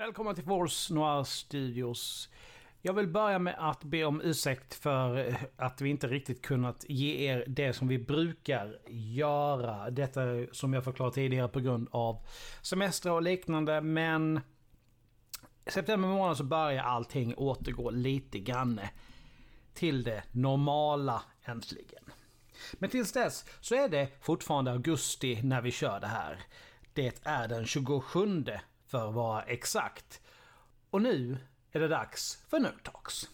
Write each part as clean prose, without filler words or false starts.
Välkommen till Force Noir Studios. Jag vill börja med att be om ursäkt för att vi inte riktigt kunnat ge er det som vi brukar göra. Detta som jag förklarat tidigare på grund av semester och liknande. Men i september månad så börjar allting återgå lite grann till det normala äntligen. Men tills dess så är det fortfarande augusti när vi kör det här. Det är den 27 för att vara exakt. Och nu är det dags för Nerd Talks.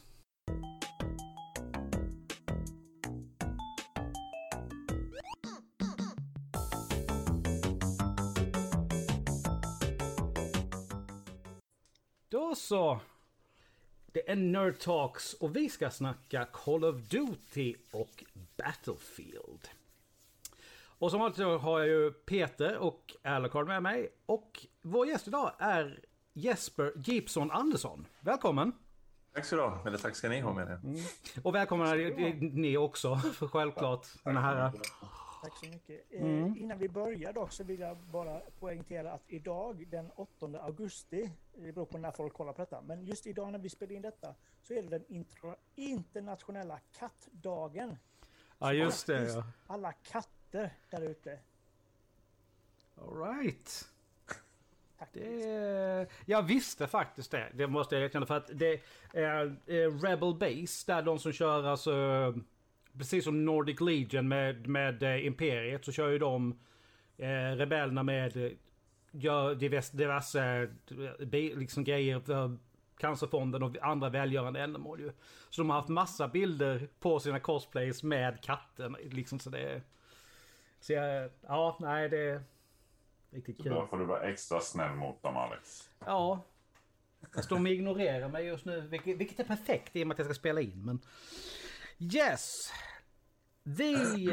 Då så. Det är Nerd Talks och vi ska snacka Call of Duty och Battlefield. Och som alltid har jag ju Peter och Alucard med mig. Och vår gäst idag är Jesper Gibson Andersson. Välkommen! Tack så du ha. Eller tack ska ni ha med det. Och välkomna ni också, för självklart. Den här. Tack så mycket. Innan vi börjar dock så vill jag bara poängtera att idag, den 8 augusti, det beror på när folk kollar på detta, men just idag när vi spelar in detta så är det den internationella kattdagen. Ja, just det. Ja. Alla katter där ute. All right. Tack. Jag visste faktiskt det. Det måste jag erkänna, för att det är Rebel Base, där de som kör alltså, precis som Nordic Legion med Imperiet, så kör ju de rebellerna med gör diverse liksom grejer för Cancerfonden och andra välgörande ändamål ju. Så de har haft massa bilder på sina cosplays med katten liksom, så det så jag, ja, nej, det är riktigt kul. Då får du vara extra snäll mot dem, Alex. Ja. Fast de ignorerar mig just nu, vilket är perfekt i och med att jag ska spela in, men yes. Det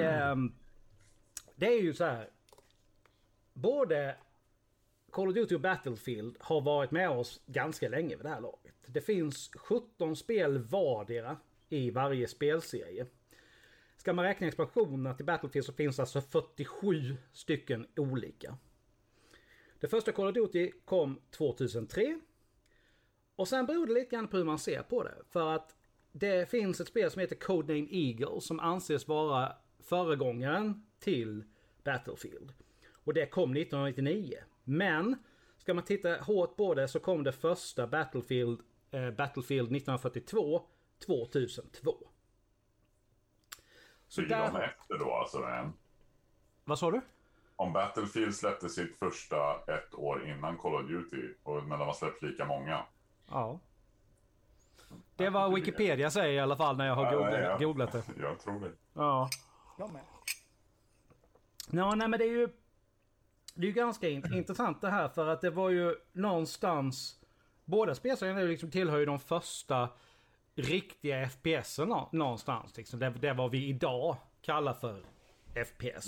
är ju så här. Både Call of Duty och Battlefield har varit med oss ganska länge vid det här laget. Det finns 17 spel vardera i varje spelserie. Ska man räkna expansionerna till Battlefield så finns det alltså 47 stycken olika. Det första Call of Duty kom 2003. Och sen beror det lite grann på hur man ser på det. För att det finns ett spel som heter Codename Eagle som anses vara föregångaren till Battlefield. Och det kom 1999. Men ska man titta hårt på det så kom det första Battlefield 1942 2002. Så ligger de efter då alltså än? Vad sa du? Om Battlefield släppte sitt första ett år innan Call of Duty, men de har släppt lika många. Ja. Det var Wikipedia säger i alla fall när jag har googlat det. Jag tror det. Ja. Jag med. Nej, men det är ju ganska intressant det här, för att det var ju någonstans, båda spelserierna liksom tillhör ju de första riktiga FPSen någonstans liksom. Det var vi idag kallar för FPS.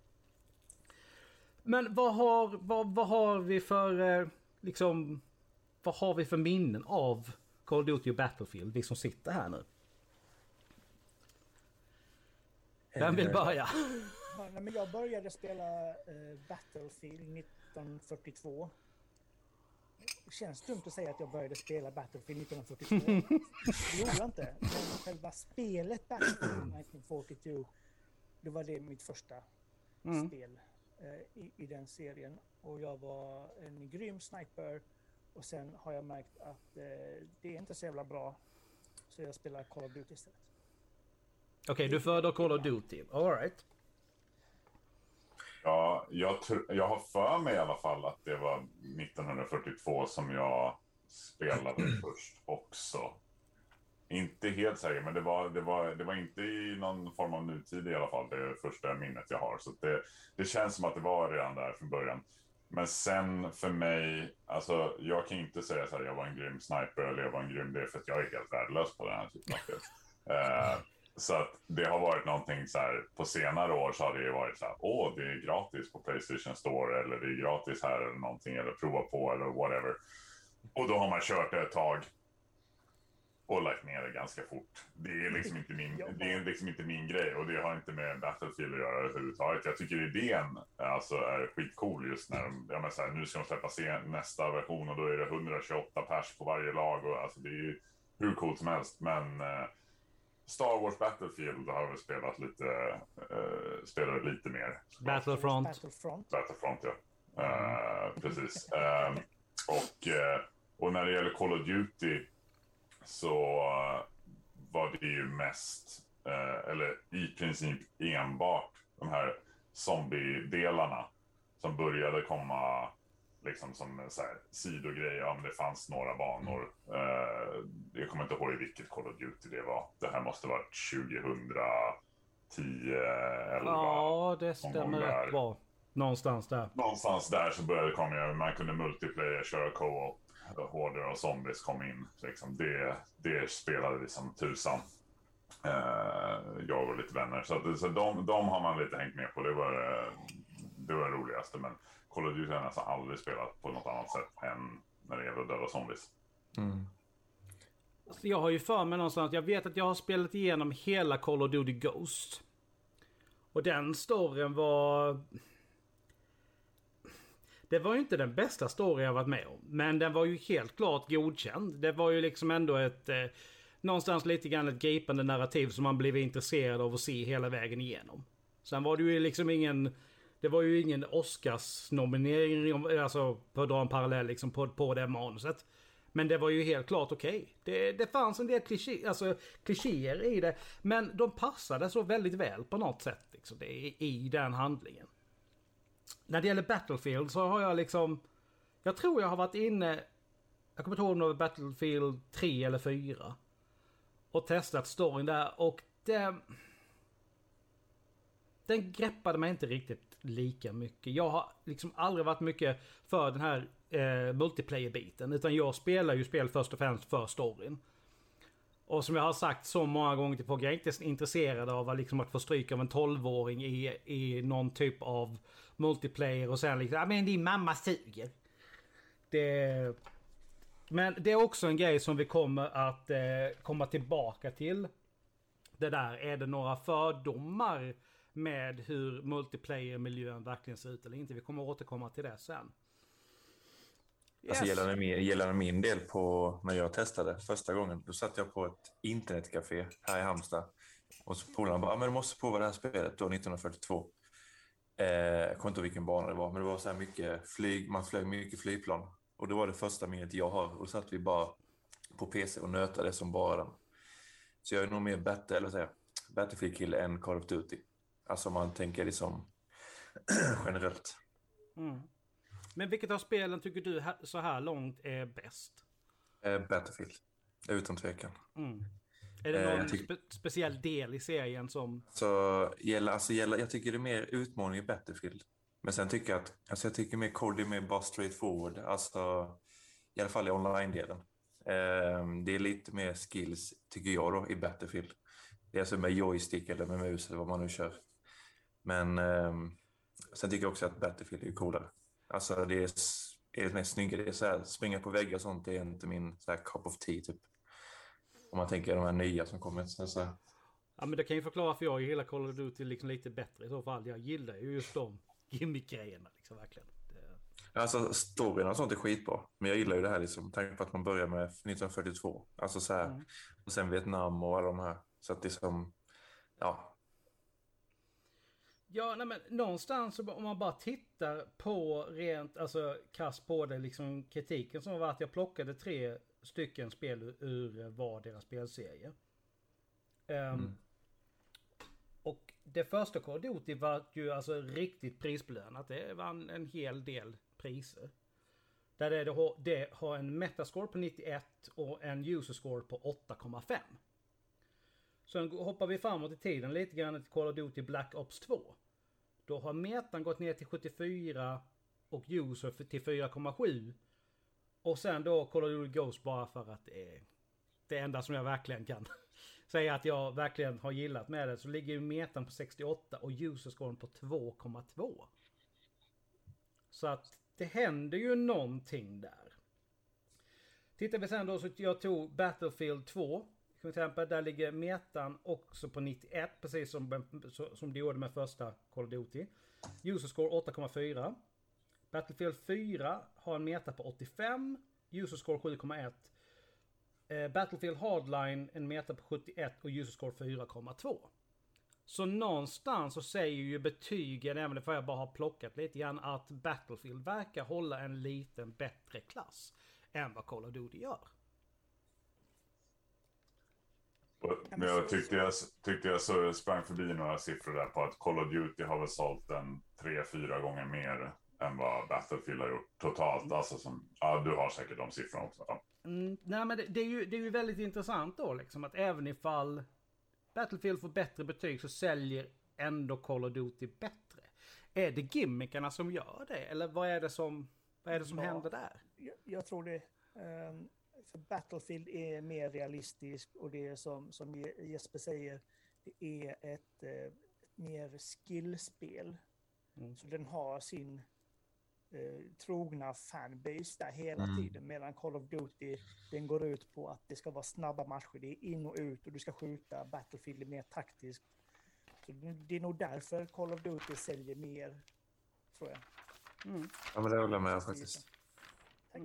Men vad har vi för liksom, vad har vi för minnen av Call of Duty och Battlefield, vi som sitter här nu? Vem vill börja? Ja, men jag började spela Battlefield 1942. Det känns dumt att säga att jag började spela Battlefield 1942. Det gjorde jag inte. Men själva spelet Battlefield 1942, det var det mitt första spel i den serien. Och jag var en grym sniper. Och sen har jag märkt att det är inte så jävla bra. Så jag spelar Call of Duty istället. Okej, du föredrar Call of Duty. All right. Ja, jag har för mig i alla fall att det var 1942 som jag spelade först också. Inte helt säker, men det var inte i någon form av nutid i alla fall, det första minnet jag har. Så det känns som att det var redan där från början. Men sen för mig, alltså jag kan inte säga så här, jag var en grym sniper eller jag var en grym för att jag är helt värdelös på den här typen av spel. Så att det har varit någonting så här, på senare år så har det ju varit så här, det är gratis på PlayStation Store eller det är gratis här eller någonting eller prova på eller whatever. Och då har man kört det ett tag. och lagt ner det ganska fort. Det är liksom inte min grej och det har inte med Battlefield att göra överhuvudtaget. Jag tycker idén alltså är skitcool just när nu ska de släppa nästa version och då är det 128 pers på varje lag och alltså det är ju hur coolt som helst. Men Star Wars Battlefield har vi spelat lite mer. Battlefront, ja. Precis. Och när det gäller Call of Duty så var det ju mest, eller i princip enbart de här zombie-delarna som började komma liksom som en så här sidogrej. Ja, men det fanns några banor. Jag kommer inte ihåg i vilket Call of Duty det var. Det här måste ha varit 2010, 11. Ja, det stämmer rätt bra. Någonstans där så började det komma. Man kunde multiplayer, köra co-op. Horder och zombies kom in. Liksom det spelade vi som tusan. Jag och lite vänner. Så de har man lite hängt med på. Det var det roligaste. Men Call of Duty har jag nästan aldrig spelat på något annat sätt än när det gäller att döda zombies. Mm. Jag har ju för mig någonstans. Jag vet att jag har spelat igenom hela Call of Duty Ghost. Och den storyn var... Det var ju inte den bästa story jag varit med om. Men den var ju helt klart godkänd. Det var ju liksom ändå ett... någonstans lite grann ett gripande narrativ som man blev intresserad av att se hela vägen igenom. Sen var det ju liksom ingen... Det var ju ingen Oscars-nominering, alltså för att dra en parallell liksom på det manuset. Men det var ju helt klart okej. Det fanns en del klichéer i det. Men de passade så väldigt väl på något sätt liksom, i den handlingen. När det gäller Battlefield så har jag liksom... Jag tror jag har varit inne... Jag kommer inte ihåg om det var Battlefield 3 eller 4. Och testat storyn där. Och den greppade mig inte riktigt lika mycket. Jag har liksom aldrig varit mycket för den här multiplayer-biten. Utan jag spelar ju spel först och främst för storyn. Och som jag har sagt så många gånger till folk, jag är inte intresserad av liksom att få stryk av en 12-åring i någon typ av multiplayer och sen liksom, men din mamma suger. Men det är också en grej som vi kommer att komma tillbaka till. Det där, är det några fördomar med hur multiplayer-miljön verkligen ser ut eller inte? Vi kommer återkomma till det sen. Alltså gällande min del på när jag testade första gången, då satt jag på ett internetcafé här i Halmstad och så polaren bara, men du måste prova det här spelet då 1942. Jag kommer inte ihåg vilken bana det var, men det var så här mycket flyg, man flög mycket flygplan och det var det första minnet jag har och då satt vi bara på PC och nötade som bara den. Så jag är nog mer Battlefield-kille än Call of Duty. Alltså om man tänker det som generellt. Mm. Men vilket av spelen tycker du så här långt är bäst? Battlefield, utan tvekan. Mm. Är det någon speciell del i serien som... Jag tycker det är mer utmaning i Battlefield. Men sen tycker jag att jag tycker mer Call är mer bara straightforward. Alltså i alla fall i online-delen. Det är lite mer skills tycker jag då i Battlefield. Det är alltså med joystick eller med mus eller vad man nu kör. Men sen tycker jag också att Battlefield är coolare. Alltså det är mer snyggare. Det är så här, springa på väggar och sånt, det är inte min så här cup of tea typ. Om man tänker de här nya som kommer. Så. Ja, men det kan ju förklara för jag gillar Call of Duty liksom lite bättre i så fall. Jag gillar ju just de gimmick-grejerna liksom verkligen. Alltså storyn och sånt är skitbra. Men jag gillar ju det här liksom, tanken på att man börjar med 1942. Alltså så här, och sen Vietnam och alla de här. Så att det är som, ja. Ja, nej, men någonstans om man bara tittar på rent, alltså kast på det liksom kritiken som var att jag plockade 3 stycken spel ur var deras spelserie. Och det första Call of Duty var ju alltså riktigt prisbelönat. Det vann en hel del priser. Där det har en metascore på 91 och en user score på 8,5. Sen hoppar vi framåt i tiden lite grann till Call of Duty Black Ops 2. Då har metan gått ner till 74 och user till 4,7. Och sen då Call of Duty Ghost bara för att det är det enda som jag verkligen kan säga att jag verkligen har gillat med det. Så ligger ju metan på 68 och user-scoren på 2,2. Så att det händer ju någonting där. Tittar vi sen då så jag tog Battlefield 2. Till exempel, där ligger metan också på 91, precis som det gjorde med första Call of Duty. User score 8,4. Battlefield 4 har en meta på 85. User score 7,1. Battlefield Hardline en meta på 71 och user score 4,2. Så någonstans så säger ju betygen, även om jag bara har plockat lite grann, att Battlefield verkar hålla en liten bättre klass än vad Call of Duty gör. Men jag tyckte jag så sprang förbi några siffror där på att Call of Duty har väl sålt den 3-4 gånger mer än vad Battlefield har gjort totalt. Alltså du har säkert de siffrorna också. Ja. Nej, men det är ju väldigt intressant då liksom, att även ifall Battlefield får bättre betyg så säljer ändå Call of Duty bättre. Är det gimmickarna som gör det? Eller vad är det som händer där? Jag tror det. För Battlefield är mer realistisk och det är som Jesper säger, det är ett mer skillspel. Så den har sin trogna fanbase där hela tiden, medan Call of Duty, den går ut på att det ska vara snabba matcher, det är in och ut och du ska skjuta. Battlefield är mer taktiskt. Så det är nog därför Call of Duty säljer mer, tror jag. Ja, men det håller jag med faktiskt. Tack.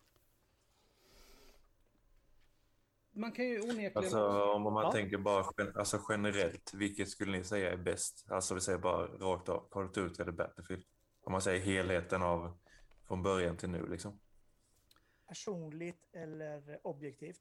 Man kan ju onekligen... Alltså om man tänker bara generellt, vilket skulle ni säga är bäst? Alltså vi säger bara rakt av, Call of Duty eller Battlefield? Om man säger helheten av från början till nu liksom. Personligt eller objektivt?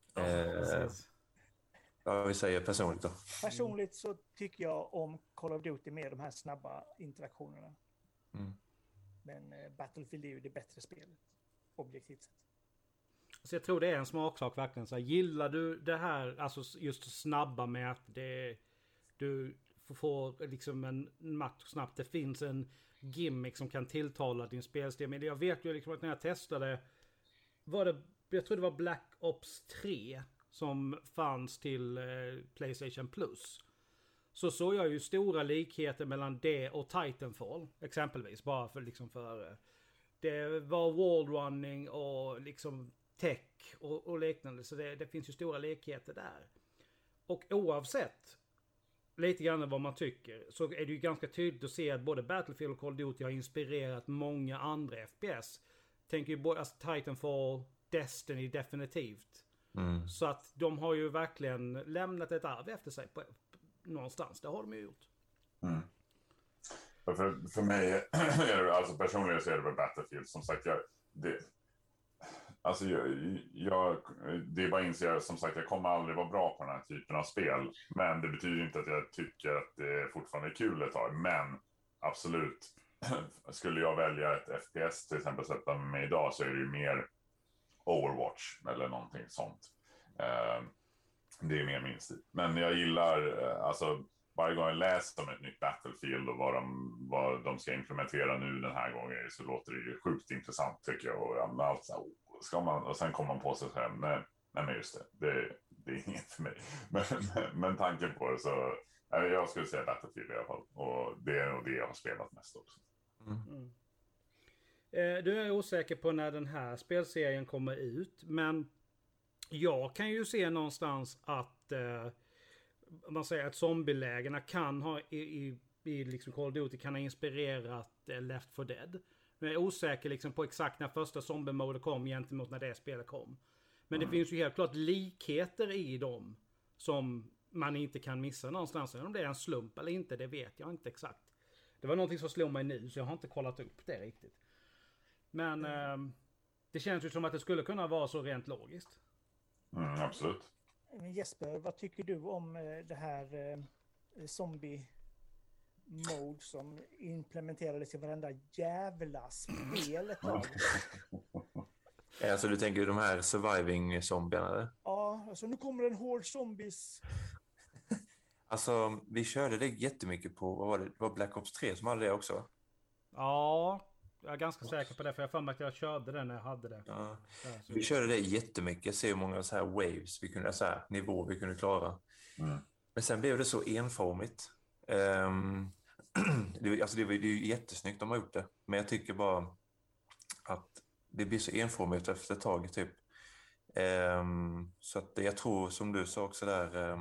Ja, vi säger personligt då. Personligt så tycker jag om Call of Duty med de här snabba interaktionerna. Men Battlefield är ju det bättre spelet, objektivt sett. Så jag tror det är en smaksak verkligen. Så här, gillar du det här, alltså just snabba med att du får liksom en match snabbt. Det finns en gimmick som kan tilltala din spelstil. Men jag vet ju liksom att när jag testade, jag tror det var Black Ops 3 som fanns till PlayStation Plus. Så såg jag ju stora likheter mellan det och Titanfall exempelvis. Bara för det var wallrunning och liksom tech och liknande. Så det finns ju stora likheter där. Och oavsett lite grann vad man tycker, så är det ju ganska tydligt att se att både Battlefield och Call of Duty har inspirerat många andra FPS. Tänker ju både Titanfall, Destiny definitivt. Så att de har ju verkligen lämnat ett arv efter sig någonstans. Det har de ju gjort. För mig är det, alltså personligen så är det väl Battlefield. Som sagt, det är bara att inse, som sagt, jag kommer aldrig vara bra på den här typen av spel. Men det betyder inte att jag tycker att det fortfarande är kul ett tag. Men absolut, skulle jag välja ett FPS till exempel sätta mig idag, så är det ju mer Overwatch eller någonting sånt. Det är mer min stil. Men jag gillar, alltså varje gång jag läser om ett nytt Battlefield och vad de ska implementera nu den här gången, så låter det ju sjukt intressant tycker jag. Och allt så här, och sen kommer man på sig själv, nej men just det är inget för mig. Men tanken på det, så jag skulle säga Battlefield i alla fall. Och det är nog det jag har spelat mest också. Du är osäker på när den här spelserien kommer ut, men jag kan ju se någonstans att man säger att zombielägena kan ha i liksom Call of Duty kan ha inspirerat Left 4 Dead. Men jag är osäker liksom på exakt när första zombie-mode kom gentemot när det spelet kom. Men det finns ju helt klart likheter i dem som man inte kan missa någonstans. Om det är en slump eller inte, det vet jag inte exakt. Det var någonting som slog mig nu, så jag har inte kollat upp det riktigt. Men det känns ju som att det skulle kunna vara så rent logiskt. Absolut. Jesper, vad tycker du om det här zombie-mode som implementerades i varenda jävla spel ett tag? Alltså du tänker de här surviving-zombierna? Ja, alltså nu kommer en hård zombies. Alltså vi körde det jättemycket på, vad var det? Det var Black Ops 3 som hade det också. Ja, jag är ganska säker på det, för jag fann att jag körde det när jag hade det. Ja. Vi körde det jättemycket, se hur många så här waves vi kunde, så här nivåer vi kunde klara. Men sen blev det så enformigt. Alltså det är ju jättesnyggt de har gjort det, men jag tycker bara att det blir så enformigt efter ett tag typ. Så att jag tror som du sa också där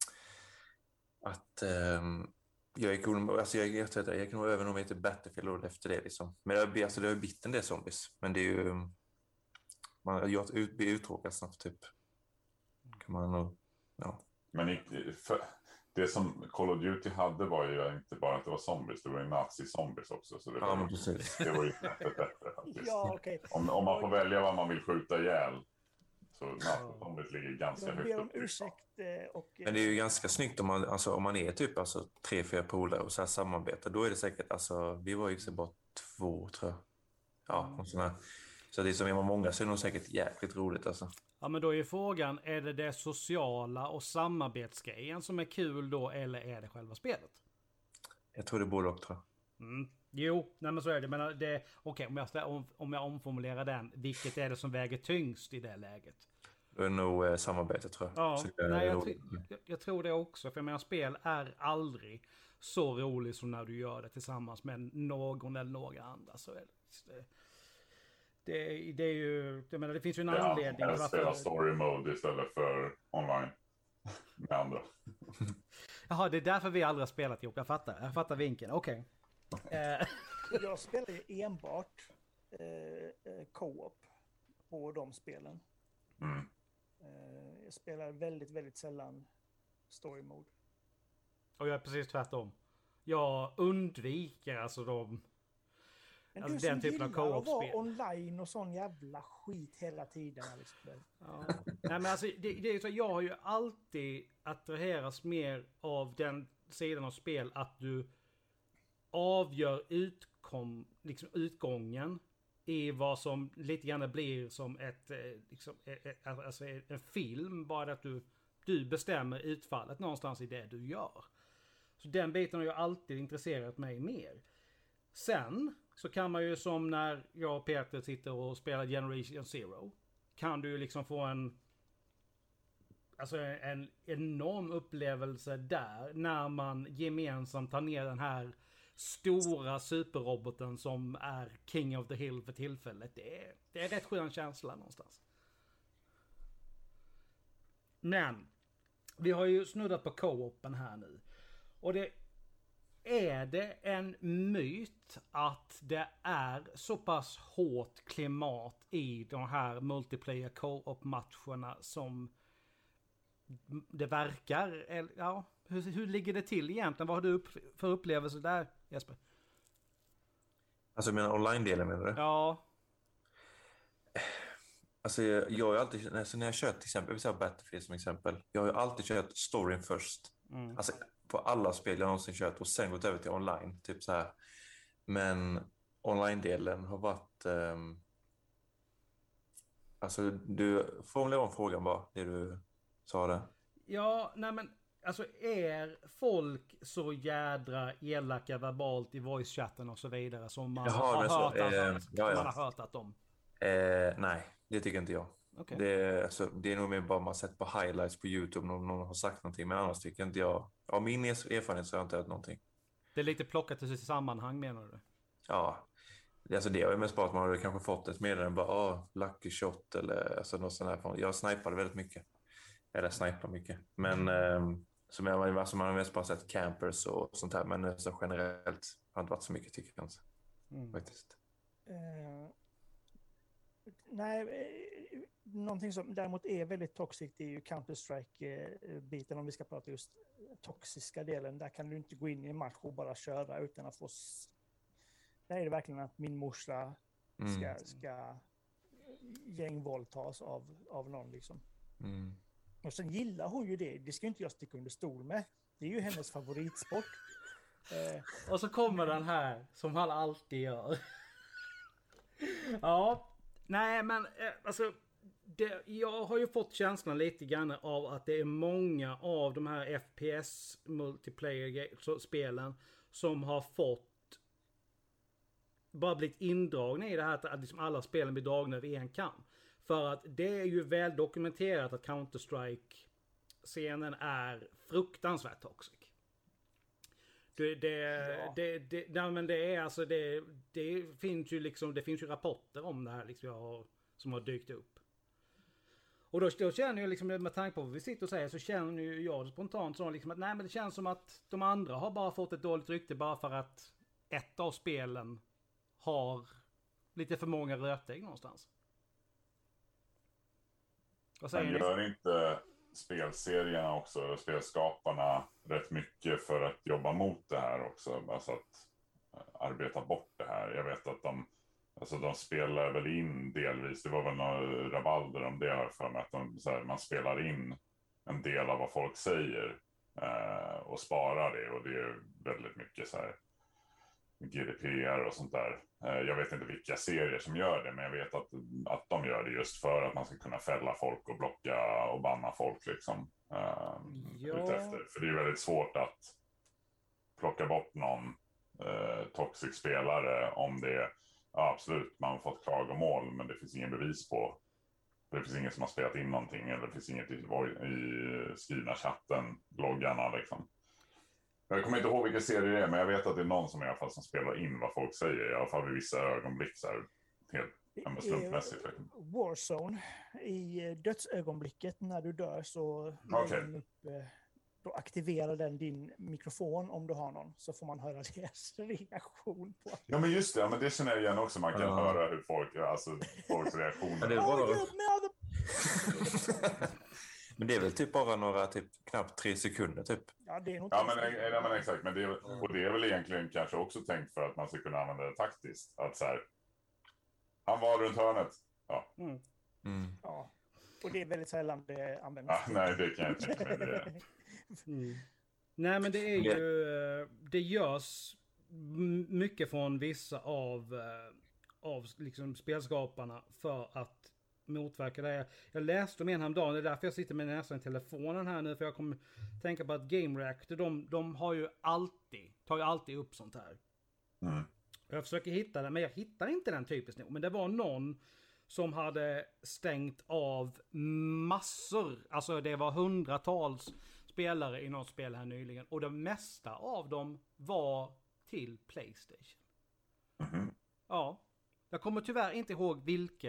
att jag gick nog över nog till Battlefield efter det liksom. Men det har ju blivit en del zombies. Men det är ju man blir uttråkad snabbt typ. Kan man nog, ja. Men det som Call of Duty hade var ju inte bara att det var zombies, det var ju nazi-zombies också. Så det var, men precis. Det var ju bättre faktiskt. Ja, okej. Om man får välja vad man vill skjuta ihjäl, så nazi-zombies ligger ganska Jag högt ber om upp. ursäkt. Men det är ju ganska snyggt om man är typ 3-4 polare och så här samarbetar. Då är det säkert, vi var ju bara 2 tror jag. Ja, och sådär. Så det är som är man många så är det nog säkert jäkligt roligt alltså. Ja, men då är frågan, är det sociala och samarbetsgrejen som är kul då, eller är det själva spelet? Jag tror det är både och, tror jag. Jo, nej men så är det. Men det okej, om jag omformulerar den, vilket är det som väger tyngst i det läget? Det är nog samarbete, tror jag. Ja, jag tror det också. För jag menar, spel är aldrig så roligt som när du gör det tillsammans med någon eller några andra. Så är det är ju, jag menar, det finns ju en anledning. Jag spelar story mode istället för online med andra. Jaha, det är därför vi aldrig har spelat ihop. Jag fattar vinkeln. Okej. Jag spelar ju enbart co-op på de spelen. Jag spelar väldigt, väldigt sällan story mode. Och jag är precis tvärtom. Jag undviker alltså Men alltså du den som typen av gillar att vara co-op-spel. online och sån jävla skit hela tiden. Ja. Nej, men alltså, det är ju så, jag har ju alltid attraherats mer av den sidan av spel att du avgör utgången i vad som lite grann blir som alltså en film, bara att du bestämmer utfallet någonstans i det du gör. Så den biten har ju alltid intresserat mig mer. Sen så kan man ju, som när jag och Peter sitter och spelar Generation Zero, kan du ju liksom få en enorm upplevelse där när man gemensamt tar ner den här stora superroboten som är King of the Hill för tillfället. Det är rätt skön känsla någonstans. Men vi har ju snuddat på co-open här nu. Och är det en myt att det är så pass hårt klimat i de här multiplayer co-op-matcherna som det verkar? Ja, hur ligger det till egentligen? Vad har du för upplevelser där, Jesper? Alltså, menar online-delen, menar du? Ja. Alltså, jag har alltid, när jag kört till exempel, vi säger Battlefield som exempel, jag har ju alltid kört storyn först. Alltså, på alla spel jag någonsin kört och sen gått över till online, typ så här. Men online-delen har varit alltså, du formulerar om frågan bara, det du sa där. Ja, nej men alltså, är folk så jädra elaka verbalt i voice-chatten och så vidare som man har hört att de? Nej, det tycker inte jag. Okay. Det är nog mer bara man sett på highlights på YouTube när någon har sagt någonting, men annars tycker inte jag. Av min erfarenhet så har jag inte hört någonting. Det är lite plockat i sitt sammanhang, menar du? Ja, alltså det har ju mest bara att man har kanske fått ett meddelande bara lucky shot eller alltså något sånt här. Jag snipade väldigt mycket. Eller snipar mycket. Men som man har mest bara sett campers och sånt här, men så generellt har det inte varit så mycket, tycker jag inte. Faktiskt. Nej, någonting som däremot är väldigt toxiskt är ju Counter-Strike-biten, om vi ska prata just toxiska delen. Där kan du inte gå in i en match och bara köra utan att få... Där är det verkligen att min morsa ska gängvåldtas av någon liksom. Och sen gillar hon ju det. Det ska inte jag sticka under stol med. Det är ju hennes favoritsport. Och så kommer den här som han alltid gör. Ja. Nej, men alltså jag har ju fått känslan lite grann av att det är många av de här FPS multiplayer-spelen som har bara blivit indragna i det här att liksom alla spelen blir dragna över en kam. För att det är ju väl dokumenterat att Counter-Strike-scenen är fruktansvärt toxic. Det finns ju rapporter om det här liksom som har dykt upp. Och då känner jag liksom, med tanke på vad vi sitter och säger, så känner ju jag spontant så liksom att nej, men det känns som att de andra har bara fått ett dåligt rykte bara för att ett av spelen har lite för många rötägg någonstans. Vad säger Men ni? gör inte spelserierna också, spelskaparna, rätt mycket för att jobba mot det här också? Alltså att arbeta bort det här. Jag vet att de spelar väl in delvis, det var väl några rabalder om det här för mig, att man spelar in en del av vad folk säger och sparar det, och det är väldigt mycket så här GDPR och sånt där. Jag vet inte vilka serier som gör det, men jag vet att de gör det just för att man ska kunna fälla folk och blocka och banna folk liksom. Utefter. För det är väldigt svårt att plocka bort någon toxic spelare om det absolut, man har fått klagomål, men det finns ingen bevis på. Det finns ingen som har spelat in någonting, eller det finns inget i skrivna chatten, loggarna liksom. Jag kommer inte ihåg vilka serier det är, men jag vet att det är någon som i alla fall som spelar in vad folk säger, i alla fall vid vissa ögonblick så här, helt slumpmässigt. Warzone, i dödsögonblicket när du dör så då aktiverar den din mikrofon om du har någon, så får man höra deras reaktion på. Ja, men just det, men det känner jag igen också, man kan höra hur folks reaktioner. Det är men det är väl typ bara några, knappt 3 sekunder typ. Ja, det är nog men exakt. Men det är väl egentligen kanske också tänkt för att man ska kunna använda det taktiskt. Att så här, han var runt hörnet. Ja. Ja, och det är väldigt sällan det används. Ja, nej, det kan jag inte tänka mig. Nej, men det är ju, det görs mycket från vissa av liksom spelskaparna för att motverka det. Jag läste om en häromdagen, det är därför jag sitter med näsan i telefonen här nu, för jag kommer tänka på att Game Reactor, de har ju tar ju alltid upp sånt här. Jag försöker hitta det, men jag hittar inte den typiskt nog. Men det var någon som hade stängt av massor, alltså det var hundratals spelare i något spel här nyligen, och det mesta av dem var till PlayStation. Ja, jag kommer tyvärr inte ihåg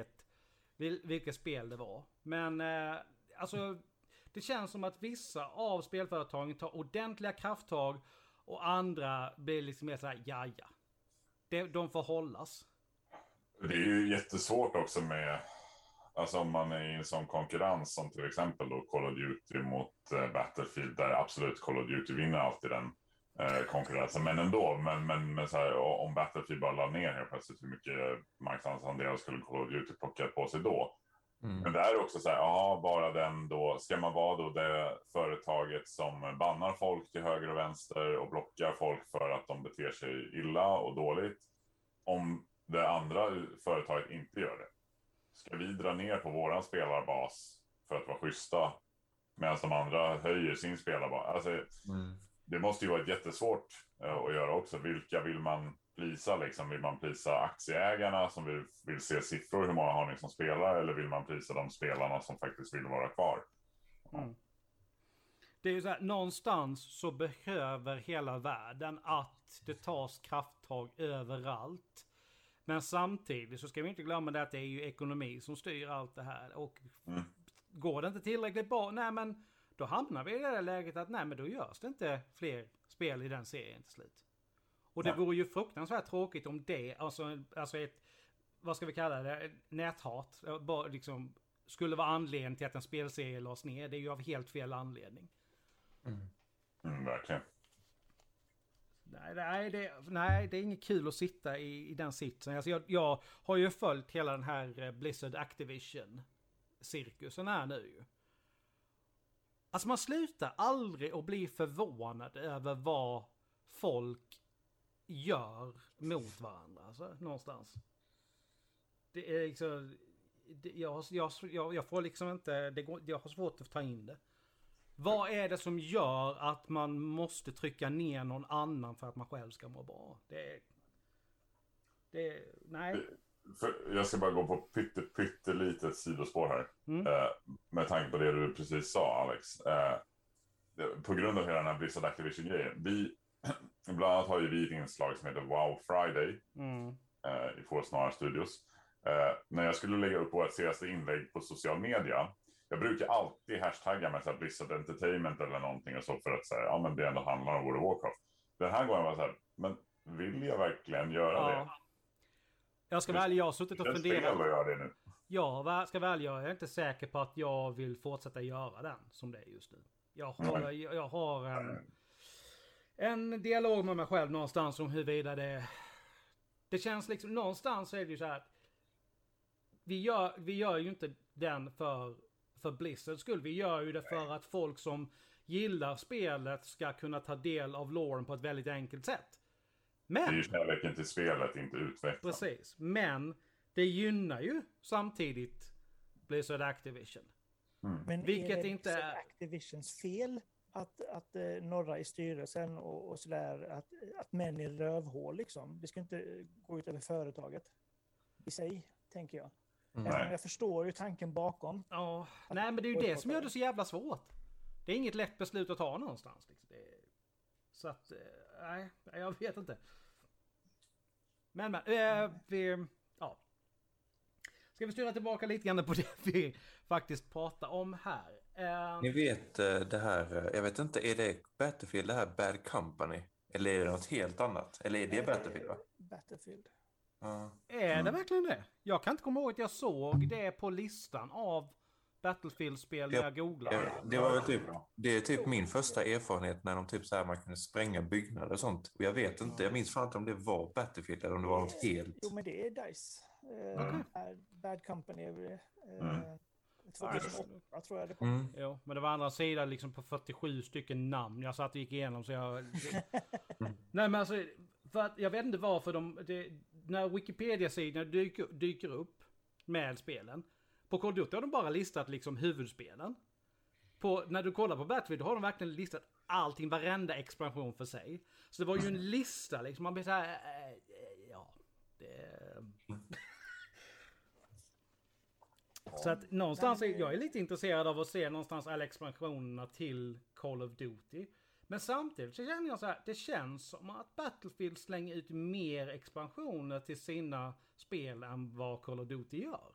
vilket spel det var. Men alltså, det känns som att vissa av spelföretagen tar ordentliga krafttag och andra blir liksom mer såhär, jaja. De får hållas. Det är ju jättesvårt också med, alltså om man är i en sån konkurrens som till exempel då Call of Duty mot Battlefield, där absolut Call of Duty vinner alltid den konkurrensen, men ändå, men så här, om Battlefield bara la ner helt plötsligt, hur mycket marknadsandelar skulle Call of Duty plocka på sig då? Men det är också så här, bara den då, ska man vara då det företaget som bannar folk till höger och vänster och blockar folk för att de beter sig illa och dåligt, om det andra företaget inte gör det? Ska vi dra ner på våran spelarbas för att vara schyssta medan de andra höjer sin spelarbas? Alltså, det måste ju vara jättesvårt att göra också. Vilka vill man plisa liksom? Vill man plisa aktieägarna som vill se siffror, hur många har ni som spelar, eller vill man plisa de spelarna som faktiskt vill vara kvar? Det är ju så här, någonstans så behöver hela världen att det tas krafttag överallt. Men samtidigt så ska vi inte glömma det att det är ju ekonomi som styr allt det här. Och går det inte tillräckligt bra, nej men då hamnar vi i det där läget att nej men då görs det inte fler spel i den serien till slut. Och det vore ju fruktansvärt tråkigt om det, alltså ett, vad ska vi kalla det, näthat, bara liksom skulle vara anledningen till att en spelserie lades ner. Det är ju av helt fel anledning. Verkligen. Nej, det är inget kul att sitta i den sitsen. Alltså jag har ju följt hela den här Blizzard Activision-cirkusen här nu ju. Alltså man slutar aldrig att bli förvånad över vad folk gör mot varandra. Alltså, någonstans. Det är liksom... Jag får liksom inte... jag har svårt att ta in det. Vad är det som gör att man måste trycka ner någon annan för att man själv ska må bra? Nej. Jag ska bara gå på pyttelitet sidospår här. Med tanke på det du precis sa, Alex. På grund av hela den här Blizzard Activision-grejen. Bland annat har ju vi ett inslag som heter Wow Friday. I Force Nara Studios. När jag skulle lägga upp vårt senaste inlägg på social media Jag brukar alltid hashtagga med så här Blizzard Entertainment eller någonting och så för att säga, ja men det ändå handlar om World of Warcraft. Den här gången var så här, men vill jag verkligen göra det? Jag ska väl, jag har suttit och funderat. Gör det nu. Ja, ska väl, jag är inte säker på att jag vill fortsätta göra den som det är just nu. Jag har en dialog med mig själv någonstans om huruvida det känns liksom, någonstans är det ju så här att vi gör ju inte den för Blizzards skull. Vi gör ju det för att folk som gillar spelet ska kunna ta del av loren på ett väldigt enkelt sätt. Men, det är ju kärleken till spelet, inte utvecklingen. Precis. Men det gynnar ju samtidigt Blizzard Activision. Men vilket är det inte Blizzard Activisions fel att några i styrelsen och sådär, att män är rövhål liksom? Det ska inte gå ut över företaget i sig, tänker jag. Jag förstår ju tanken bakom. Ja, nej men det är ju det som gör det så jävla svårt. Det är inget lätt beslut att ta någonstans. Liksom. Så att, nej, jag vet inte. Men ja. Ska vi styra tillbaka lite grann på det vi faktiskt pratar om här. Ni vet det här, jag vet inte, är det Battlefield, det här Bad Company? Eller är det något helt annat? Eller är det Battlefield, va? Battlefield. Är det verkligen det? Jag kan inte komma ihåg att jag såg det på listan av Battlefield-spel när jag googlade. Det var väl typ, det är typ min första erfarenhet när de typ så här man kunde spränga byggnader och sånt. Och jag vet inte, jag minns fan inte om det var Battlefield eller om det var något helt. Jo, men det är DICE. Bad Company. 2008 tror jag det kom. Jo, men det var andra sidan liksom på 47 stycken namn. Jag satt och gick igenom så jag... Nej men alltså, för att jag vet inte varför när Wikipedia-sidan dyker upp med spelen. På Call of Duty har de bara listat liksom huvudspelen. När du kollar på Battlefield har de verkligen listat allting, varenda expansion för sig. Så det var ju en lista liksom, man blir så här, ja, Så att någonstans, jag är lite intresserad av att se någonstans alla expansionerna till Call of Duty. Men samtidigt så känner jag så här, det känns som att Battlefield slänger ut mer expansioner till sina spel än vad Call of Duty gör.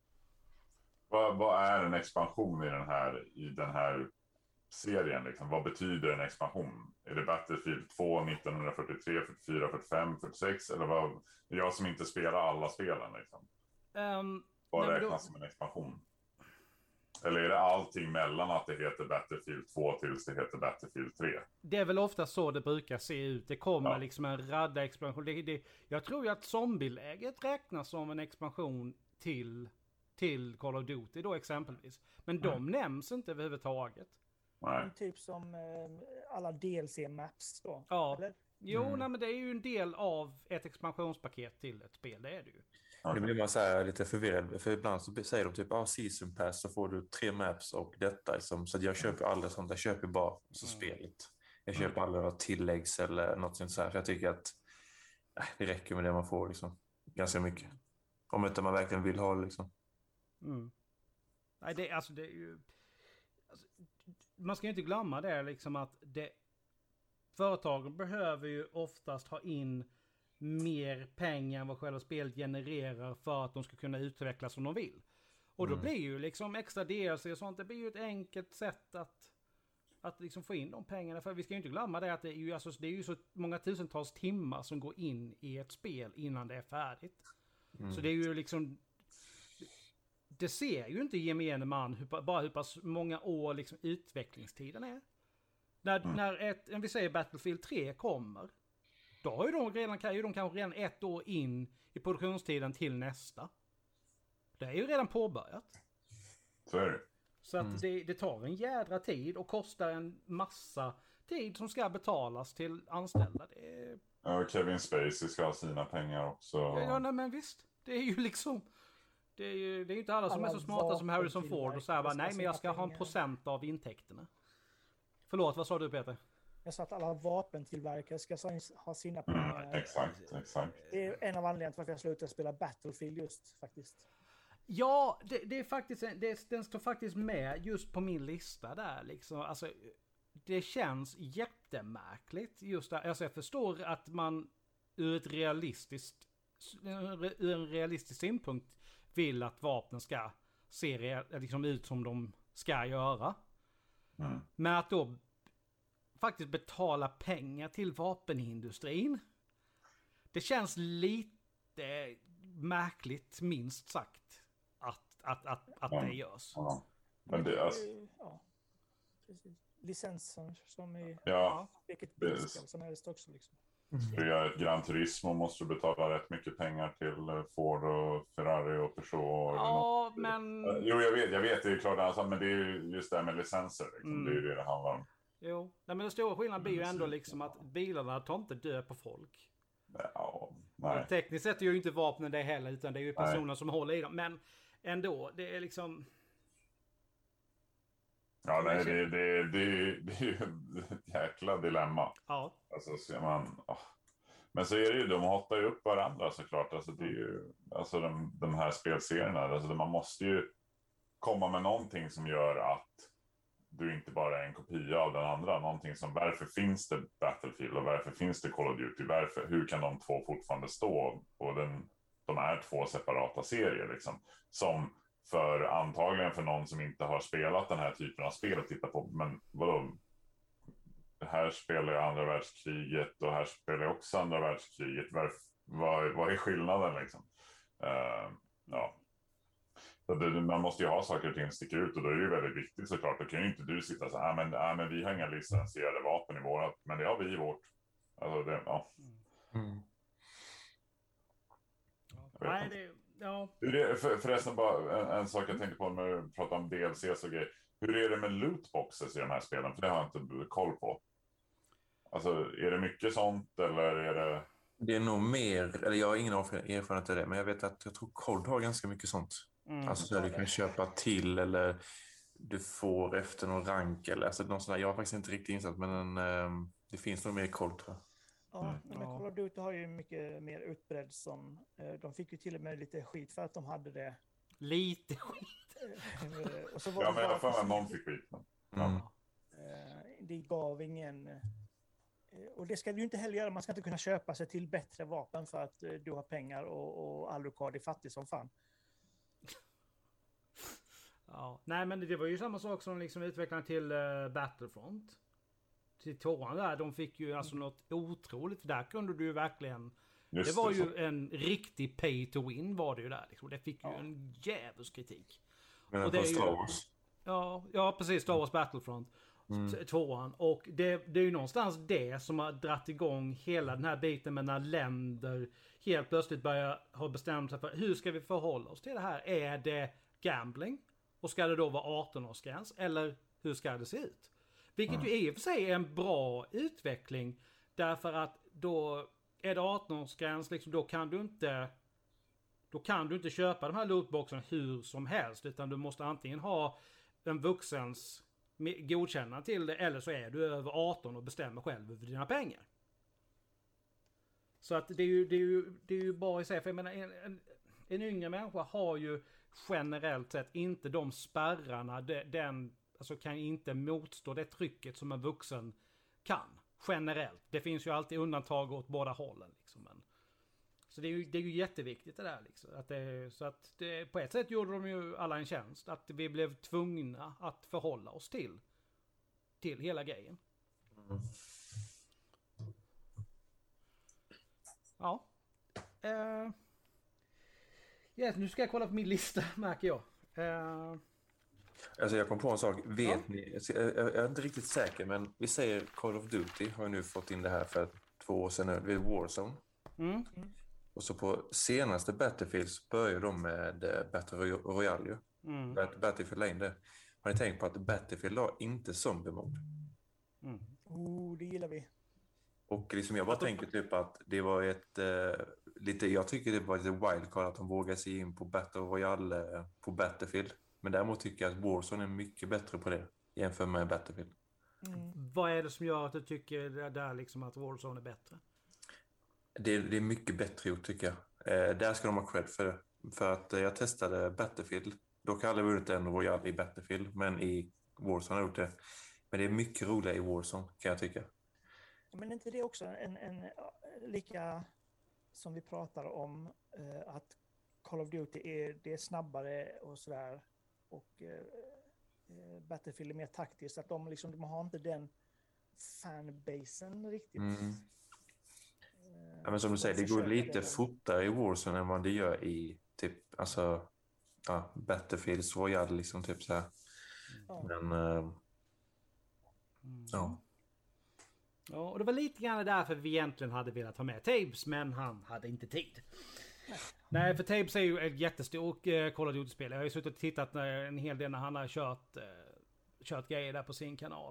Vad är en expansion i den här serien? Liksom? Vad betyder en expansion? Är det Battlefield 2, 1943, 44, 45, 46? Eller vad? Jag som inte spelar alla spelen. Liksom. Vad räknas som en expansion? Eller är det allting mellan att det heter Battlefield 2 tills det heter Battlefield 3? Det är väl ofta så det brukar se ut. Det kommer liksom en radda expansion. Jag tror ju att zombieläget räknas som en expansion till Call of Duty då exempelvis. Men de nämns inte överhuvudtaget. Nej. Typ som alla DLC-maps då. Ja. Eller? Jo, nej, men det är ju en del av ett expansionspaket till ett spel, det är det ju. Det blir man så här lite förvirrad, för ibland så säger de typ season pass så får du 3 maps och detta liksom. Så jag köper aldrig sånt, jag köper bara så spelet. Jag köper aldrig något tilläggs eller något sånt så här, för jag tycker att det räcker med det man får liksom. Ganska mycket. Om inte man verkligen vill ha det liksom. Nej, det är ju... Alltså, man ska ju inte glömma det liksom att företagen behöver ju oftast ha in mer pengar än vad själva spelet genererar för att de ska kunna utvecklas som de vill. Och då blir ju liksom extra DLC och sånt, det blir ju ett enkelt sätt att liksom få in de pengarna. För vi ska ju inte glömma det att det är ju så många tusentals timmar som går in i ett spel innan det är färdigt. Så det är ju liksom... Det ser ju inte gemene man hur pass många år liksom utvecklingstiden är. När vi säger Battlefield 3 kommer, då har ju de kanske redan 1 år in i produktionstiden till nästa. Det är ju redan påbörjat. Så är det. Så att det tar en jädra tid och kostar en massa tid som ska betalas till anställda. Kevin Spacey ska ha sina pengar också. Ja, nej, men visst. Det är ju liksom... Det är ju inte alla som är så smarta som Harrison Ford och säger bara nej, men jag ska ha 1% av intäkterna. Förlåt, vad sa du, Peter? Jag sa att alla vapentillverkare ska ha sina pengar. Exakt. Det är en av anledningarna till varför jag slutade spela Battlefield just faktiskt. Ja, det är faktiskt, den står faktiskt med just på min lista där liksom. Alltså, det känns jättemärkligt just där. Alltså, jag förstår att man ur en realistisk synpunkt vill att vapnen ska ser liksom ut som de ska göra. Mm. Men att då faktiskt betala pengar till vapenindustrin. Det känns lite märkligt, minst sagt, att det görs. Ja. Men det, alltså, ja, precis. Licenser som är... Ja, vilket det- spel som helst också liksom. för att göra ett Gran Turismo måste du betala rätt mycket pengar till Ford och Ferrari och Peugeot. Ja, men... Jo, jag vet, det är klart. Alltså, men det är ju just det här med licenser. Liksom. Det är ju det handlar om. Jo, nej, men den stora skillnaden blir ju ändå liksom att bilarna tar inte död på folk. Ja, nej. Tekniskt sett är ju inte vapnen det heller, utan det är ju personer som håller i dem. Men ändå, det är liksom... Ja, nej, det är ju ett jäkla dilemma. Ja. Alltså, ser man... Men så är det ju, de hotar ju upp varandra såklart. Alltså, det är ju, alltså de här spelserierna, alltså, man måste ju komma med någonting som gör att du inte bara är en kopia av den andra. Någonting som, varför finns det Battlefield och varför finns det Call of Duty? Hur kan de två fortfarande stå? Och de är två separata serier liksom. Som antagligen för någon som inte har spelat den här typen av spel att titta på. Men vadå? Här spelar jag andra världskriget och här spelar jag också andra världskriget. Vad är skillnaden liksom? Ja. Så man måste ju ha saker och ting som sticker ut och då är det ju väldigt viktigt såklart. Då kan ju inte du sitta så här, men vi har inga licensierade vapen i vårat, men det har vi i vårt. Alltså det, ja. Mm. Nej, det... Ja. Förresten bara en sak jag tänkte på när du pratar om DLCs och grejer. Hur är det med lootboxes i de här spelen? För det har jag inte koll på. Alltså, är det mycket sånt eller är det... Det är nog mer, eller jag har ingen erfarenhet av det, men jag tror Cold har ganska mycket sånt. Alltså så du kan köpa till eller du får efter någon rank eller alltså någon sån där, jag har faktiskt inte riktigt insatt, men det finns nog mer i Cold tror jag. Ja, men Call of Duty har ju mycket mer utbredd som... De fick ju till och med lite skit för att de hade det. Lite skit. Och så var Ja, det men jag bara- får med någon fick skit. Det gav ingen... Och det ska du ju inte heller göra. Man ska inte kunna köpa sig till bättre vapen för att du har pengar och Alucard är fattig som fan. Ja. Nej, men det var ju samma sak som liksom utvecklarna till Battlefront. Till tvåan där, de fick ju alltså något otroligt. För där kunde du ju verkligen... Just det var det, ju så. en riktig pay to win var det ju där. Liksom. Det fick ju en djävulsk kritik. Men Och på det är ju- Star Wars. Ja, precis. Star Wars Battlefront. Tvåan. Och det är ju någonstans det som har dratt igång hela den här biten med när länder helt plötsligt börjar ha bestämt sig för hur ska vi förhålla oss till det här? Är det gambling? Och ska det då vara 18-årsgräns? Eller hur ska det se ut? Vilket ju i och för sig är en bra utveckling. Därför att då är det 18-årsgräns, liksom, då kan du inte köpa de här lootboxarna hur som helst. Utan du måste antingen ha en vuxens godkännande till det, eller så är du över 18 och bestämmer själv över dina pengar. Så att det är ju bra i sig. För jag menar, en yngre människa har ju generellt sett inte de spärrarna, alltså kan inte motstå det trycket som en vuxen kan. Generellt. Det finns ju alltid undantag åt båda hållen. Liksom. Men, så det är ju jätteviktigt det där. Liksom. På ett sätt gjorde de ju alla en tjänst. Att vi blev tvungna att förhålla oss till hela grejen. Ja. Nu ska jag kolla på min lista, märker jag. Alltså jag kom på en sak. Vet ni, jag är inte riktigt säker, men vi säger Call of Duty har ju nu fått in det här för 2 år sedan nu, vid Warzone. Och så på senaste Battlefield började de med Battle Royale ju. Battlefield la in det. Har ni tänkt på att Battlefield har inte zombie-mode? Det gillar vi. Och liksom jag bara tänker typ att det var jag tycker det var lite wildcard att de vågade sig in på Battle Royale på Battlefield. Men däremot tycker jag att Warzone är mycket bättre på det jämfört med Battlefield. Vad är det som gör att du tycker där liksom att Warzone är bättre? Det är mycket bättre gjort tycker jag. Där ska de ha cred för det. För att jag testade Battlefield. Då kan jag aldrig vunnit en Royale i Battlefield. Men i Warzone har jag gjort det. Men det är mycket roligare i Warzone kan jag tycka. Men är inte det också en lika som vi pratar om att Call of Duty det är snabbare och sådär. och Battlefield är mer taktiskt. Att de har inte den fanbasen riktigt. Ja, men som du säger, det går lite fortare i Warzone än vad det gör i typ, alltså, ja, Battlefield Royale liksom typ så här. Men ja. Ja, och det var lite grann därför vi egentligen hade velat ha med Tabes, men han hade inte tid. Nej, för Tabes är ju ett jättestor Call of Duty-spel. Jag har ju suttit och tittat en hel del när han har kört grejer där på sin kanal.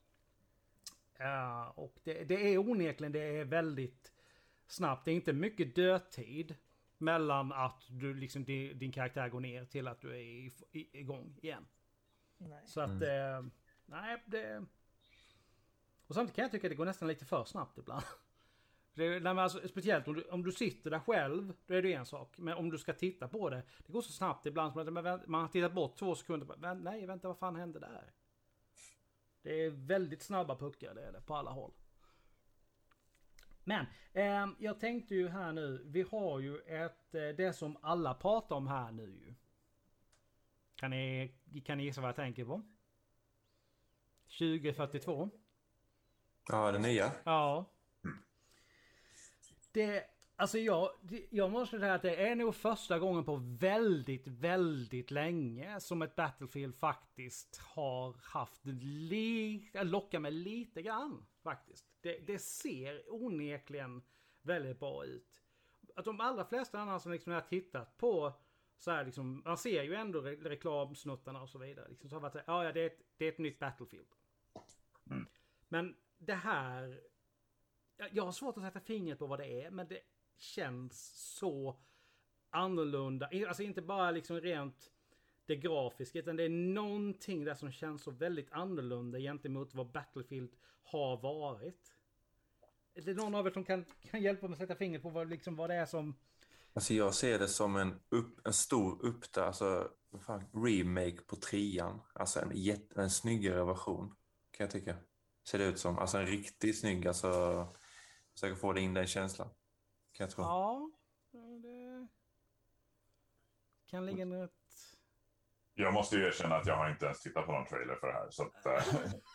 Och det är onekligen, det är väldigt snabbt. Det är inte mycket dödtid mellan att du liksom, din karaktär går ner till att du är igång igen. Nej. Så att, nej, det... Och samtidigt kan jag tycka att det går nästan lite för snabbt ibland. Alltså, speciellt om du sitter där själv, då är det en sak. Men om du ska titta på det, det går så snabbt ibland som att man har tittat bort 2 sekunder. Nej, vänta, vad fan hände där? Det är väldigt snabba puckar, det är det på alla håll. Men jag tänkte ju här nu, vi har ju det som alla pratar om här nu ju. Kan ni gissa vad jag tänker på? 2042. Ja, det nya. Ja. Alltså jag måste säga att det är nog första gången på väldigt, väldigt länge som ett Battlefield faktiskt har haft locka mig lite grann faktiskt. Det ser onekligen väldigt bra ut. Att de allra flesta andra som liksom har tittat på så här liksom, man ser ju ändå reklamsnuttarna och så vidare. Liksom, så har varit, ja, det är ett nytt Battlefield. Men det här, jag har svårt att sätta fingret på vad det är, men det känns så annorlunda. Alltså inte bara liksom rent det grafiska, utan det är någonting där som känns så väldigt annorlunda gentemot vad Battlefield har varit. Är det någon av er som kan hjälpa mig att sätta fingret på vad det är som... Alltså jag ser det som en stor remake på 3:an. Alltså en snyggare version, kan jag tycka. Ser det ut som. Alltså en riktigt snygg, alltså försöka få det in den känslan. Kan jag tro. Ja, det kan ligga något... Jag måste ju erkänna att jag har inte ens tittat på någon trailer för det här. Så att,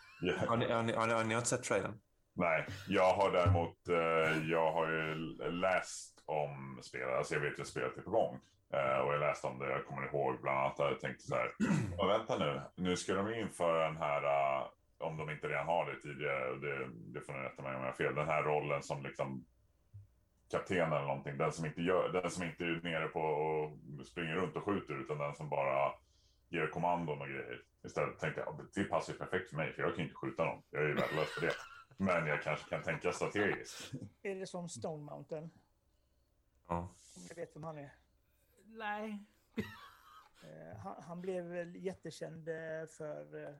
Har ni inte sett trailern? Nej, jag har däremot jag har ju läst om spelet. Alltså jag vet ju att spelet är på gång. Och jag läste om det, jag kommer ihåg bland annat att jag tänkte så här, vänta nu ska de införa den här, om de inte redan har det tidigare, det får ni rätta mig om jag har fel, den här rollen som liksom kapten eller någonting, den som inte är nere på och springer runt och skjuter, utan den som bara ger kommandon och grejer. Istället tänkte jag, det passar ju perfekt för mig, för jag kan inte skjuta någon, jag är ju värdelös för det. Men jag kanske kan tänka strategiskt. Är det som Stone Mountain? Ja. Om ni vet vem han är. Nej. Han blev väl jättekänd för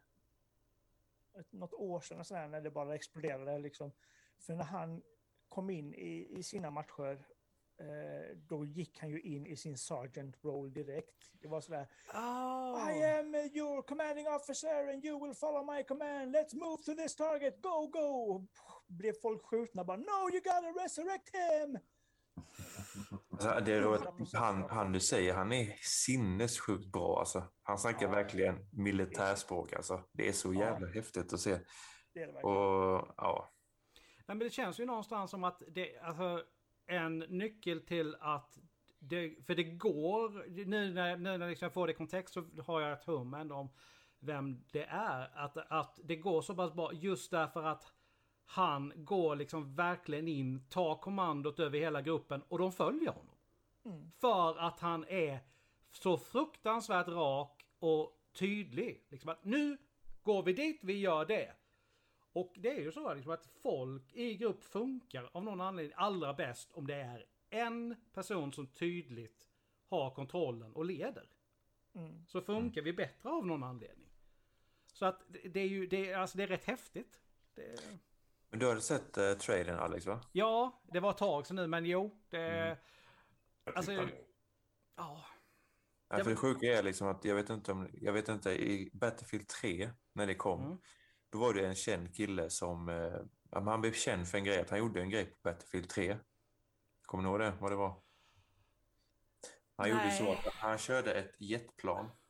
något år sedan så där, när det bara exploderade liksom. För när han kom in i sina matcher, då gick han ju in i sin sergeant role direkt. Det var sådär, I am your commanding officer and you will follow my command. Let's move to this target. Go! Blev folk skjutna bara, no, you gotta resurrect him! Alltså, det är han du säger, han är sinnessjukt bra alltså. Han snackar verkligen militärspråk alltså. Det är så jävla häftigt att se. Det är det verkligen. Och ja. Nej, men det känns ju någonstans som att det, alltså, en nyckel till att för det går, nu när liksom jag får det i kontext så har jag ett hum ändå om vem det är. Att det går så pass bra just därför att han går liksom verkligen in, tar kommandot över hela gruppen och de följer honom. För att han är så fruktansvärt rak och tydlig. Liksom att nu går vi dit, vi gör det. Och det är ju så liksom att folk i grupp funkar av någon anledning allra bäst om det är en person som tydligt har kontrollen och leder. Så funkar vi bättre av någon anledning. Så att det är rätt häftigt. Men du hade sett trailern, Alex, va? Ja, det var ett tag sedan nu, men jo. Alltså, ja. Ja, för det sjuka är liksom att jag vet inte i Battlefield 3 när det kom. Då var det en känd kille som han blev känd för en grej, att han gjorde en grej på Battlefield 3. Kommer ni ihåg det? Vad det var? Han gjorde så att han körde ett jetplan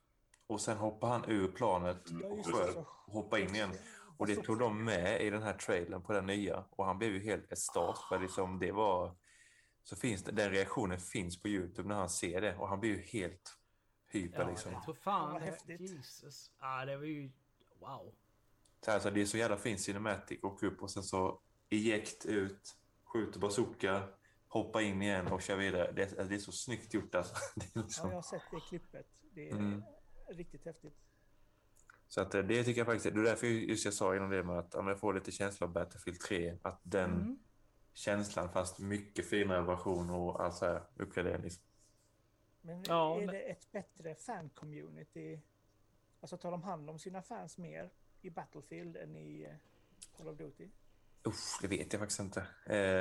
och sen hoppar han ur planet och hoppar in igen. Och det tog de med i den här trailern på den nya. Och han blev ju helt extas för liksom det var... Så finns det, den reaktionen finns på YouTube när han ser det. Och han blir ju helt hyper liksom. Jag tror fan Vad det. häftigt. Jesus. Det var ju... Wow. Så alltså, det är så jävla fint cinematic. Åka upp och sen så ejekt ut. Skjuter bazooka. Hoppa in igen och kör vidare. Det är så snyggt gjort alltså. Det är liksom... Ja, jag har sett det klippet. Det är riktigt häftigt. Så att det tycker jag faktiskt... Det är därför just jag sa innan det med att jag får lite känsla av Battlefield 3. Att den känslan, fast mycket finare version och allt så här uppgradering liksom. Men är det ett bättre fan-community? Alltså tar de hand om sina fans mer i Battlefield än i Call of Duty? Det vet jag faktiskt inte.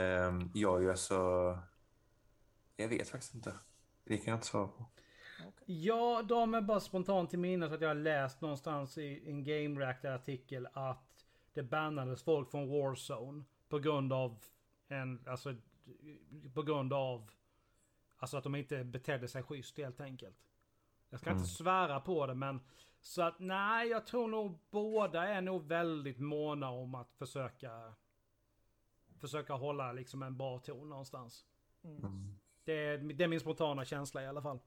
Jag vet faktiskt inte. Det kan jag inte svara på. Ja, de är bara spontant till minnes att jag har läst någonstans i en Game Reactor-artikel att det bannades folk från Warzone på grund av att de inte betedde sig schysst helt enkelt. Jag ska inte svära på det, men så att nej, jag tror nog båda är nog väldigt måna om att försöka hålla liksom en bra ton någonstans. Det är min spontana känsla i alla fall.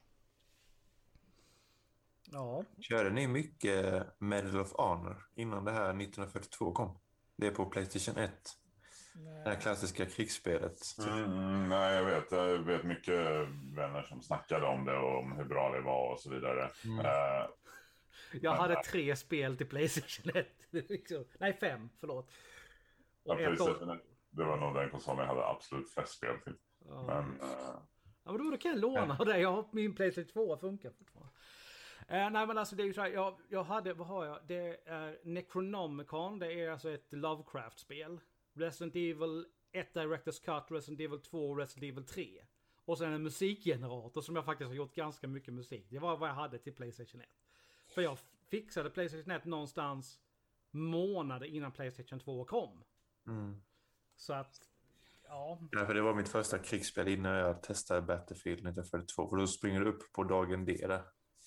Ja. Körde ni mycket Medal of Honor innan det här 1942 kom? Det är på PlayStation 1. Det här klassiska krigsspelet. Nej, jag vet mycket vänner som snackade om det och om hur bra det var och så vidare. Jag hade 3 spel till PlayStation 1. Nej, 5, förlåt. Och det var nog den konsolen jag hade absolut flest spel till. Men då kan jag låna det. Jag har min PlayStation 2 funkar fortfarande. Nej, men alltså det är ju så här, jag hade, vad har jag? Det är Necronomicon, det är alltså ett Lovecraft-spel. Resident Evil 1 Director's Cut, Resident Evil 2 och Resident Evil 3. Och sen en musikgenerator som jag faktiskt har gjort ganska mycket musik. Det var vad jag hade till PlayStation 1. För jag fixade PlayStation 1 någonstans månader innan PlayStation 2 kom. Så att, ja. För det var mitt första krigsspel innan jag testade Battlefield 1942. För då springer du upp på dagen D där.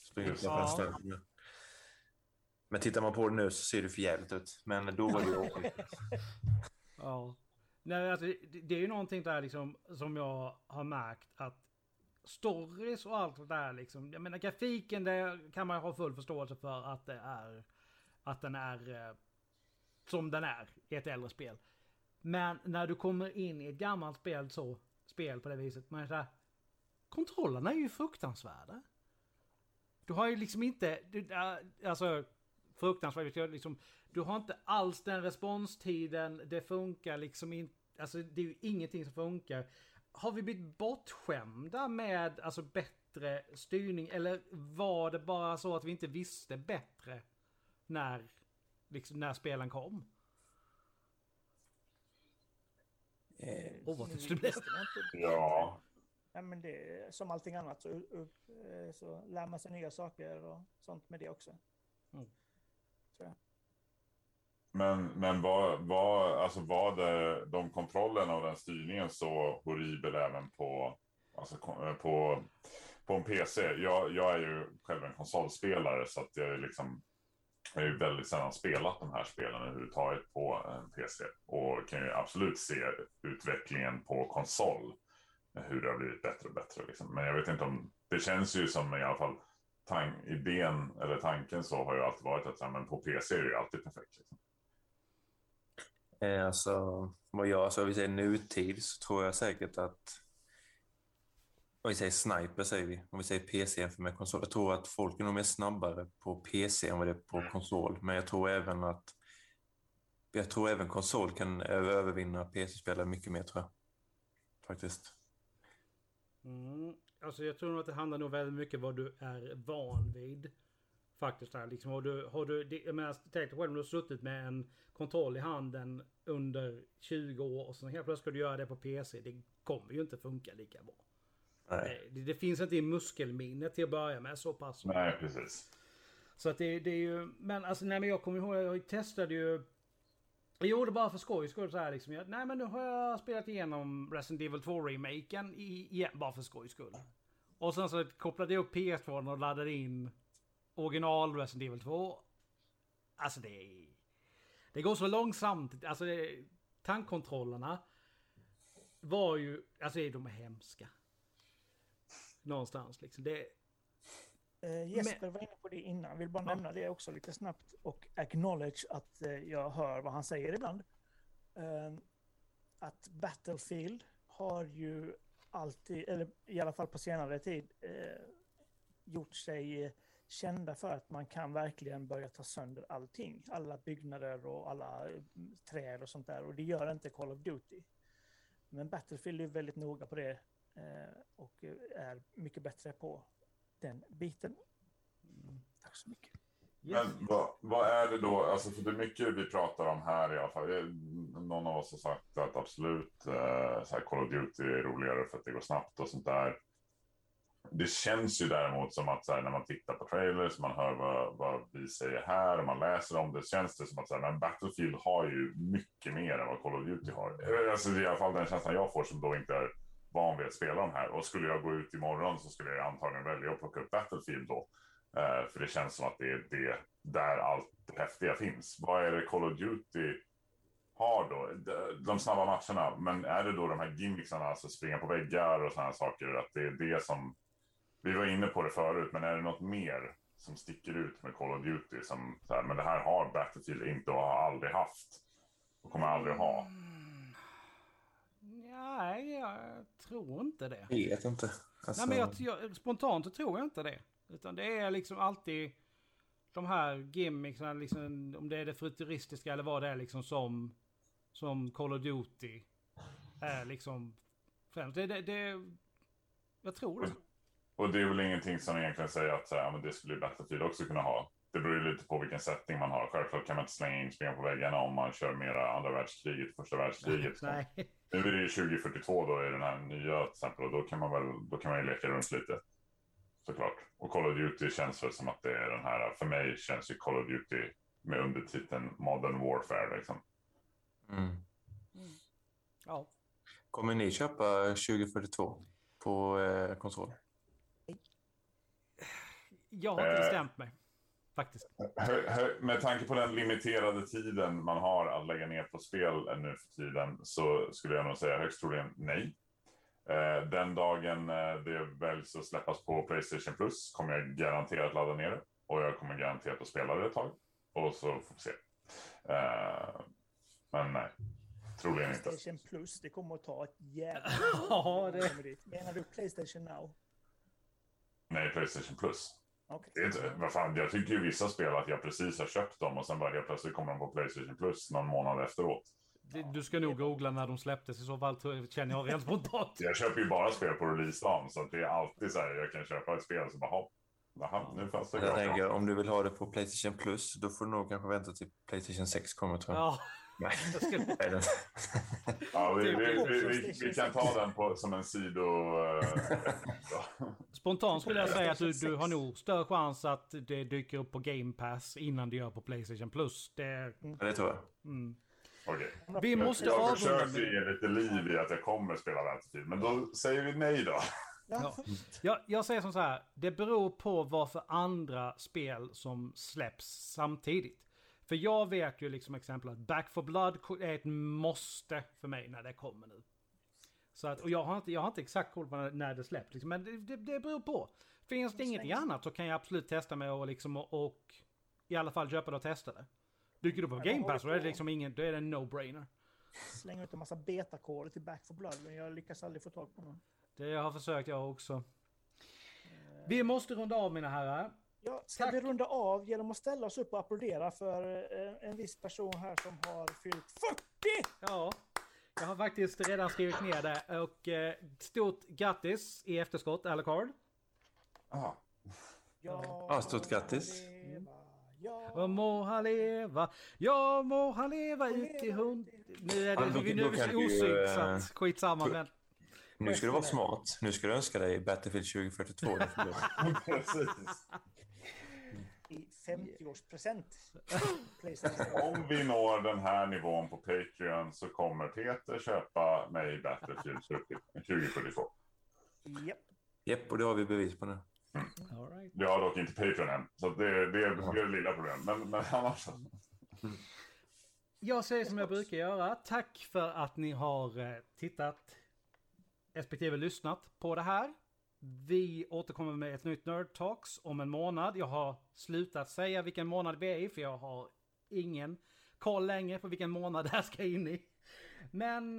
Men tittar man på det nu så ser det för jävligt ut. Men då var det ju ja. Nej, alltså, det är ju någonting där liksom som jag har märkt att stories och allt det där liksom. Jag menar grafiken, det kan man ha full förståelse för att den är som den är i ett äldre spel. Men när du kommer in i ett gammalt spel på det viset, man är så här, kontrollerna är ju fruktansvärda. Du har ju liksom inte, fruktansvärt, liksom, du har inte alls den responstiden, det funkar liksom inte, alltså det är ju ingenting som funkar. Har vi blivit bortskämda med alltså bättre styrning, eller var det bara så att vi inte visste bättre när spelen kom? Vad tyst du blev. ja. Ja, men det är som allting annat så lär man sig nya saker och sånt med det också. Tror jag. Men var det de kontrollerna och den styrningen så horribel även på en PC? Jag är ju själv en konsolspelare så att jag har ju väldigt sällan spelat de här spelen överhuvudtaget på en PC och kan ju absolut se utvecklingen på konsol. Hur det har blivit bättre och bättre. Liksom. Men jag vet inte om... Det känns ju som i alla fall idén eller tanken så har ju alltid varit att men på PC är det ju alltid perfekt. Liksom. Alltså, vi säger nutid så tror jag säkert att... Om vi säger sniper säger vi. Om vi säger PC jämfört med konsol. Jag tror att folk är nog mer snabbare på PC än vad det är på konsol. Men jag tror även konsol kan övervinna PC-spelare mycket mer tror jag. Faktiskt. Alltså jag tror nog att det handlar nog väldigt mycket vad du är van vid. Faktiskt där liksom. Jag menar, tänk dig själv om du har suttit med en kontroll i handen under 20 år och sen helt plötsligt ska du göra det på PC. Det kommer ju inte funka lika bra. Nej. Det finns inte i muskelminnet till att börja med så pass. Nej, precis. Så att det är ju... Men alltså men jag kommer ihåg, jag testade ju... Jag gjorde bara för skoj skull så här liksom. Nej men nu har jag spelat igenom Resident Evil 2-remaken igen bara för skoj skull. Och sen så kopplade jag upp PS2 och laddade in original Resident Evil 2. Alltså det går så långsamt. Alltså tankkontrollerna var ju, alltså de är hemska. Någonstans liksom. Jesper var inne på det innan. Vill bara nämna det också lite snabbt och acknowledge att jag hör vad han säger ibland. Att Battlefield har ju alltid, eller i alla fall på senare tid, gjort sig kända för att man kan verkligen börja ta sönder allting. Alla byggnader och alla träd och sånt där. Och det gör inte Call of Duty. Men Battlefield är väldigt noga på det och är mycket bättre på den biten. Tack så mycket. Men vad är det då, alltså för det är mycket vi pratar om här i alla fall. Någon av oss har sagt att absolut så här Call of Duty är roligare för att det går snabbt och sånt där. Det känns ju däremot som att så här, när man tittar på trailers, man hör vad vi säger här och man läser om det, känns det som att så här, men Battlefield har ju mycket mer än vad Call of Duty har. Alltså i alla fall den känslan jag får som då inte är van vid att spela de här. Och skulle jag gå ut imorgon så skulle jag antagligen välja att plocka upp Battlefield då. För det känns som att det är det där allt det häftiga finns. Vad är det Call of Duty har då? De snabba matcherna, men är det då de här gimmicksarna, alltså springa på väggar och sådana saker, att det är det som, vi var inne på det förut, men är det något mer som sticker ut med Call of Duty som så här, men det här har Battlefield inte och har aldrig haft och kommer aldrig ha? Nej, jag tror inte det. Jag vet inte. Alltså... Nej, men jag spontant så tror jag inte det. Utan det är liksom alltid de här gimmicksarna, liksom, om det är det futuristiska eller vad det är liksom som Call of Duty är liksom främst. Jag tror det. Och det är väl ingenting som egentligen säger att så här, men det skulle Battlefield också kunna ha. Det beror ju lite på vilken setting man har. Självklart kan man inte slänga in springa på väggarna om man kör mera andra världskriget, första världskriget. Nej. Nu är det ju 2042 då i den här nya till exempel, och då kan man ju leka runt lite. Såklart. Och Call of Duty känns väl som att det är den här, för mig känns ju Call of Duty med undertiteln Modern Warfare liksom. Ja. Kommer ni köpa 2042 på konsol? Jag har inte bestämt mig. Faktiskt. Med tanke på den limiterade tiden man har att lägga ner på spel nu för tiden så skulle jag nog säga högst troligen nej. Den dagen det väljs att släppas på PlayStation Plus kommer jag garanterat ladda ner det. Och jag kommer garanterat att spela det ett tag. Och så får vi se. Men nej, troligen inte. PlayStation Plus, det kommer att ta ett jävla... Ja, det... Menar du PlayStation Now? Nej, PlayStation Plus. Okay. Vad fan, jag tycker ju vissa spel att jag precis har köpt dem och sen bara helt plötsligt kommer de på PlayStation Plus någon månad efteråt. Du ska nog googla när de släpptes, i så fall känner jag rent spontant. Jag köper ju bara spel på release-dagen, så att det är alltid så här, jag kan köpa ett spel som bara, jaha, nu fanns det jag tänker, om du vill ha det på PlayStation Plus, då får du nog kanske vänta till PlayStation 6 kommer, tror jag. Ja. Nej. Ja, vi kan ta den som en sido... Spontant skulle jag säga att du har nog större chans att det dyker upp på Game Pass innan det gör på PlayStation Plus. Det tror jag. Okej. Vi måste jag försöker ge lite liv i att jag kommer spela Battlefield, men då säger vi nej då. Jag säger som så här, det beror på vad för andra spel som släpps samtidigt. För jag vet ju liksom exempel att Back 4 Blood är ett måste för mig när det kommer nu. Så att, och jag har inte exakt koll på när det släpps, liksom, men det beror på. Finns det inget annat så kan jag absolut testa mig och, liksom, och i alla fall köpa det och testa det. Dyker du på Game Pass så är det liksom då är det en no-brainer. Slänger ut en massa betakoder till Back 4 Blood, men jag lyckas aldrig få tag på någon. Det jag har försökt jag också. Vi måste runda av, mina herrar. Ja, ska vi runda av genom att ställa oss upp och applådera för en viss person här som har fyllt 40? Ja, jag har faktiskt redan skrivit ner det. Och stort grattis i efterskott, Alucard. Ja, stort grattis. Ja må han leva, ja må han leva ut i hund. Nu är det osynkt, så att skitsamma. Men... Nu ska du vara smart. Nu ska du önska dig Battlefield 2042. Precis. I 50-årspresent. Om vi når den här nivån på Patreon så kommer Peter köpa mig Battlefield 2042. Japp. Japp, och det har vi bevis på nu. All right. Jag har dock inte Patreon än, så det är det lilla problemet. Men annars... Jag säger som jag brukar göra. Tack för att ni har tittat respektive lyssnat på det här. Vi återkommer med ett nytt Nerd Talks om en månad. Jag har slutat säga vilken månad vi är i, för jag har ingen koll längre på vilken månad det här ska in i. Men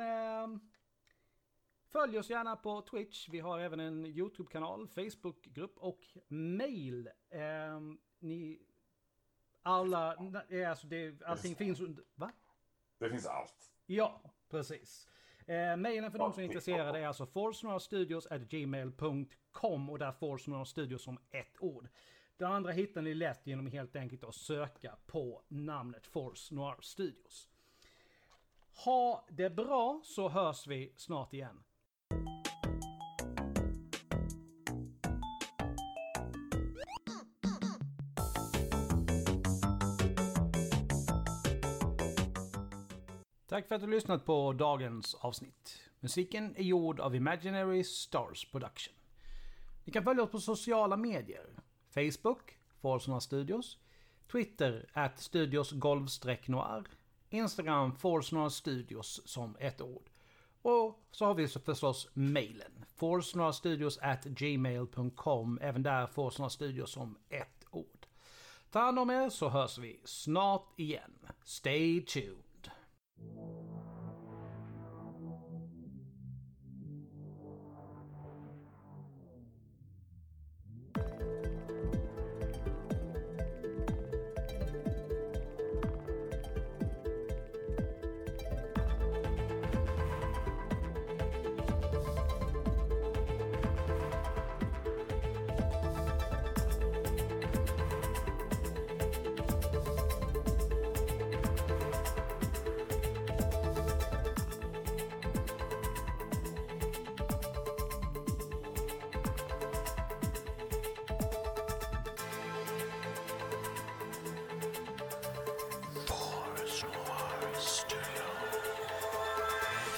följ oss gärna på Twitch. Vi har även en YouTube-kanal, Facebook-grupp och mail. Allting finns under... Va? Det finns allt. Ja, precis. Mailen för de som är intresserade är alltså forcenorstudios@gmail.com och där Force Studios som ett ord. Det andra hittar ni lätt genom helt enkelt att söka på namnet Force Noir Studios. Ha det bra, så hörs vi snart igen. Tack för att du lyssnat på dagens avsnitt. Musiken är gjord av Imaginary Stars Production. Ni kan följa oss på sociala medier. Facebook, Force Noir Studios. Twitter, @studios_noir. Instagram, Force Noir Studios som ett ord. Och så har vi så förstås mailen. forcenoirstudios@gmail.com. Även där Force Noir Studios som ett ord. Ta hand om er, så hörs vi snart igen. Stay tuned.